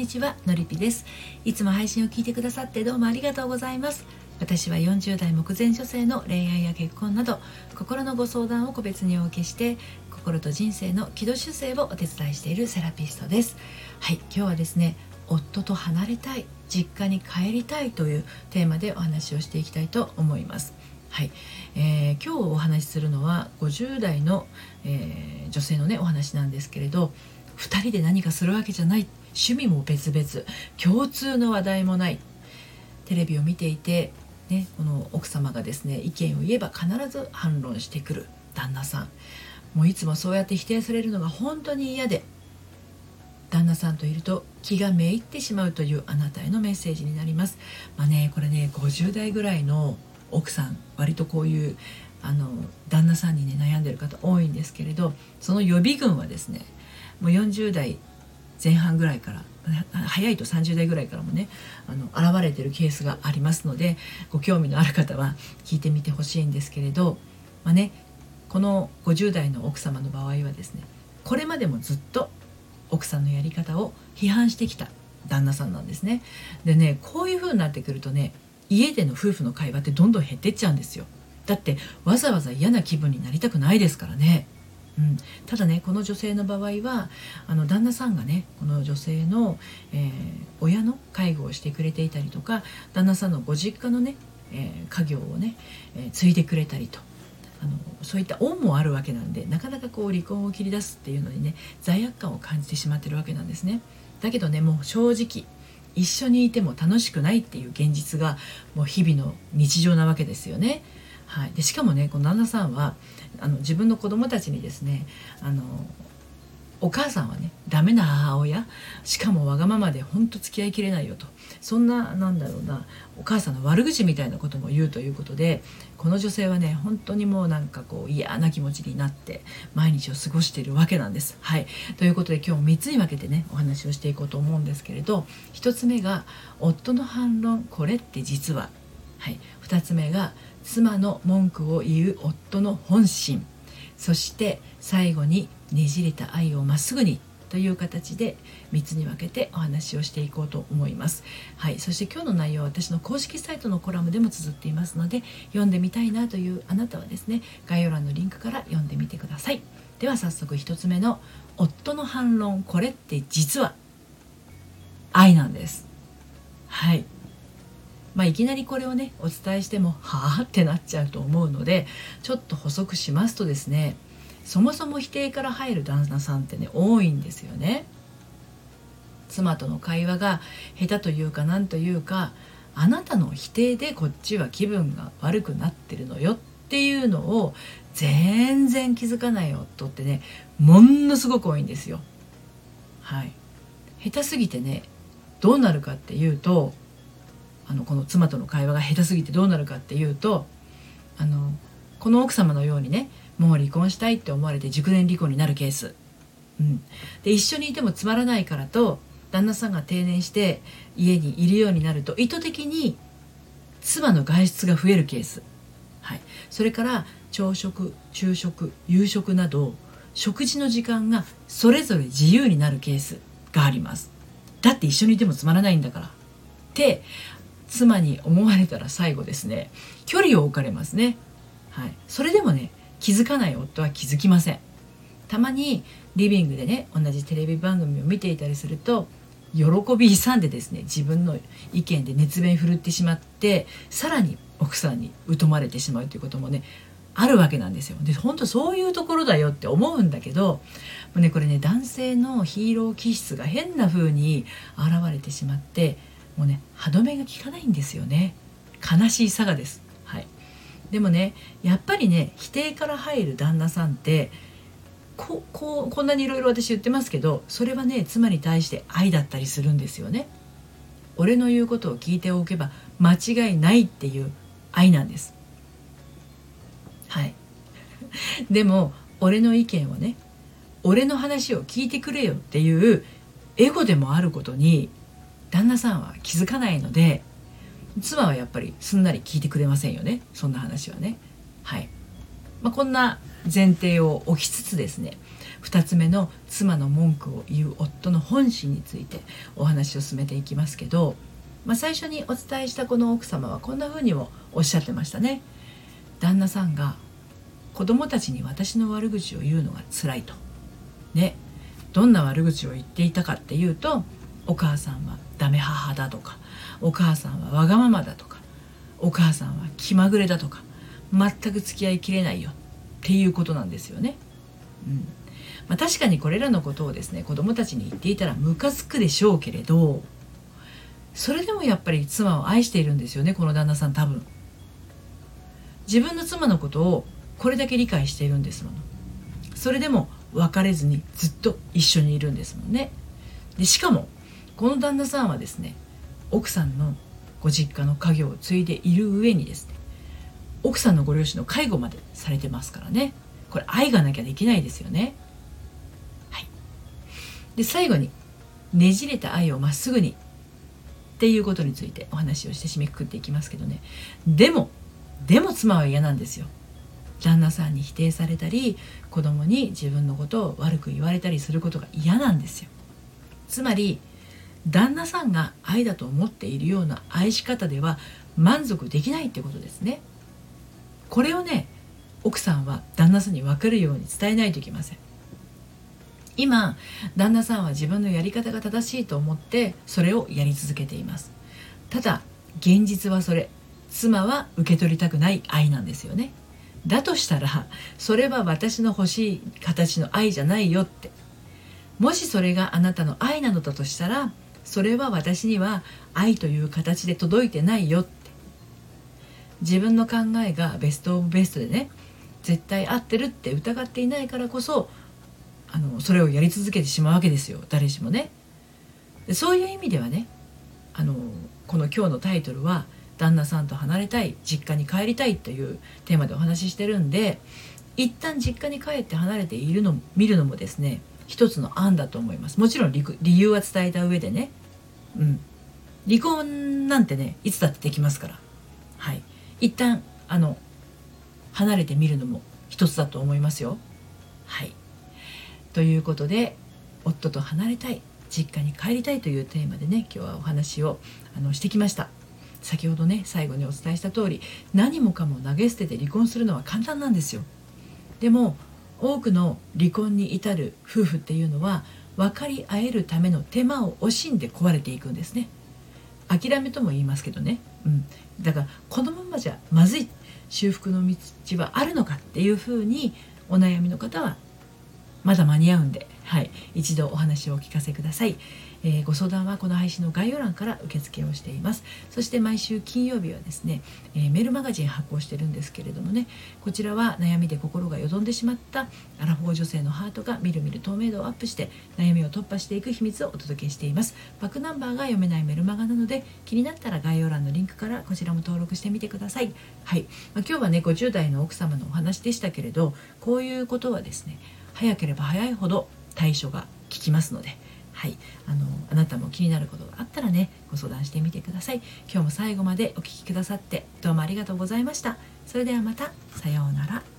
ちは、のりぴです。いつも配信を聞いてくださってどうもありがとうございます。私は40代目前女性の恋愛や結婚など心のご相談を個別にお受けして、心と人生の軌道修正をお手伝いしているセラピストです。はい、今日はですね、夫と離れたい、実家に帰りたいというテーマでお話をしていきたいと思います。はい、今日お話しするのは50代の、女性のねお話なんですけれど、2人で何かするわけじゃない、趣味も別々、共通の話題もない、テレビを見ていて、ね、この奥様がですね意見を言えば必ず反論してくる旦那さん、もういつもそうやって否定されるのが本当に嫌で、旦那さんといると気がめいってしまうというあなたへのメッセージになります。これね、50代ぐらいの奥さん、割とこういう旦那さんにね悩んでる方多いんですけれど、その予備軍はですね、もう40代前半ぐらいから、早いと30代ぐらいからもね現れてるケースがありますので、ご興味のある方は聞いてみてほしいんですけれど、この50代の奥様の場合はですね、これまでもずっと奥さんのやり方を批判してきた旦那さんなんですね。でね、こういう風になってくるとね、家での夫婦の会話ってどんどん減ってっちゃうんですよ。だってわざわざ嫌な気分になりたくないですからね。ただね、この女性の場合は旦那さんがねこの女性の、親の介護をしてくれていたりとか、旦那さんのご実家のね、家業をね、継いでくれたりと、そういった恩もあるわけなんで、なかなかこう離婚を切り出すっていうのにね罪悪感を感じてしまってるわけなんですね。だけどね、もう正直一緒にいても楽しくないっていう現実がもう日々の日常なわけですよね。はい、でしかもね、この旦那さんは自分の子供たちにですね、お母さんはねダメな母親、しかもわがままで本当付き合いきれないよと、そんなお母さんの悪口みたいなことも言うということで、この女性はね本当にもう嫌な気持ちになって毎日を過ごしているわけなんです。はい、ということで今日3つに分けてねお話をしていこうと思うんですけれど、1つ目が夫の反論、これって実は、はい、2つ目が妻の文句を言う夫の本心、そして最後にねじれた愛をまっすぐにという形で3つに分けてお話をしていこうと思います。はい、そして今日の内容は私の公式サイトのコラムでも綴っていますので、読んでみたいなというあなたはですね、概要欄のリンクから読んでみてください。では早速1つ目の夫の反論、これって実は愛なんです。はい、いきなりこれをねお伝えしてもはあってなっちゃうと思うので、ちょっと補足しますとですね、そもそも否定から入る旦那さんってね多いんですよね。妻との会話が下手というかなんというか、あなたの否定でこっちは気分が悪くなってるのよっていうのを全然気づかない夫ってねものすごく多いんですよ。はい、下手すぎてねどうなるかっていうと、この妻との会話が下手すぎてどうなるかっていうと、この奥様のようにねもう離婚したいって思われて熟年離婚になるケース、で一緒にいてもつまらないからと旦那さんが定年して家にいるようになると意図的に妻の外出が増えるケース、はい、それから朝食、昼食、夕食など食事の時間がそれぞれ自由になるケースがあります。だって一緒にいてもつまらないんだからって妻に思われたら最後ですね、距離を置かれますね。はい、それでもね気づかない夫は気づきません。たまにリビングでね同じテレビ番組を見ていたりすると、喜び勇んでですね自分の意見で熱弁振るってしまって、さらに奥さんに疎まれてしまうということもねあるわけなんですよ。で本当そういうところだよって思うんだけど、もうねこれね男性のヒーロー気質が変な風に現れてしまって、もうね歯止めが効かないんですよね。悲しいさがです。はい、でもねやっぱりね否定から入る旦那さんってこんなにいろいろ私言ってますけど、それはね妻に対して愛だったりするんですよね。俺の言うことを聞いておけば間違いないっていう愛なんです。はい、でも俺の意見をね、俺の話を聞いてくれよっていうエゴでもあることに旦那さんは気づかないので、妻はやっぱりすんなり聞いてくれませんよね、そんな話はね。はい、こんな前提を置きつつですね、 2つ目の妻の文句を言う夫の本心についてお話を進めていきますけど、最初にお伝えしたこの奥様はこんな風にもおっしゃってましたね。旦那さんが子供たちに私の悪口を言うのが辛いとね。どんな悪口を言っていたかっていうと、お母さんはダメ母だとか、お母さんはわがままだとか、お母さんは気まぐれだとか、全く付き合いきれないよっていうことなんですよね。確かにこれらのことをですね、子供たちに言っていたらムカつくでしょうけれど、それでもやっぱり妻を愛しているんですよね、この旦那さん。多分自分の妻のことをこれだけ理解しているんですもの。それでも別れずにずっと一緒にいるんですもんね。でしかもこの旦那さんはですね、奥さんのご実家の家業を継いでいる上にですね、奥さんのご両親の介護までされてますからね。これ愛がなきゃできないですよね。で最後に、ねじれた愛をまっすぐにっていうことについてお話をして締めくくっていきますけどね。でも妻は嫌なんですよ。旦那さんに否定されたり、子供に自分のことを悪く言われたりすることが嫌なんですよ。つまり旦那さんが愛だと思っているような愛し方では満足できないってことですね。これをね、奥さんは旦那さんに分かるように伝えないといけません。今旦那さんは自分のやり方が正しいと思ってそれをやり続けています。ただ現実はそれ、妻は受け取りたくない愛なんですよね。だとしたらそれは私の欲しい形の愛じゃないよって。もしそれがあなたの愛なのだとしたら、それは私には愛という形で届いてないよって。自分の考えがベストオブベストでね、絶対合ってるって疑っていないからこそそれをやり続けてしまうわけですよ、誰しもね。でそういう意味ではね、この今日のタイトルは旦那さんと離れたい、実家に帰りたいというテーマでお話ししてるんで、一旦実家に帰って離れているの見るのもですね、一つの案だと思います。もちろん理由は伝えた上でね、離婚なんてね、いつだってできますから、一旦離れてみるのも一つだと思いますよ。ということで、夫と離れたい、実家に帰りたいというテーマでね、今日はお話をしてきました。先ほどね、最後にお伝えした通り、何もかも投げ捨てて離婚するのは簡単なんですよ。でも多くの離婚に至る夫婦っていうのは、分かり合えるための手間を惜しんで壊れていくんですね。諦めとも言いますけどね、だからこのままじゃまずい、修復の道はあるのかっていうふうにお悩みの方はまだ間に合うんで、一度お話をお聞かせください。ご相談はこの配信の概要欄から受付をしています。そして毎週金曜日はですね、メールマガジン発行してるんですけれどもね、こちらは悩みで心がよどんでしまったアラフォー女性のハートがみるみる透明度をアップして悩みを突破していく秘密をお届けしています。バックナンバーが読めないメルマガなので、気になったら概要欄のリンクからこちらも登録してみてください。今日はね、50代の奥様のお話でしたけれど、こういうことはですね、早ければ早いほど対処が効きますので、あなたも気になることがあったらね、ご相談してみてください。今日も最後までお聞きくださってどうもありがとうございました。それではまた、さようなら。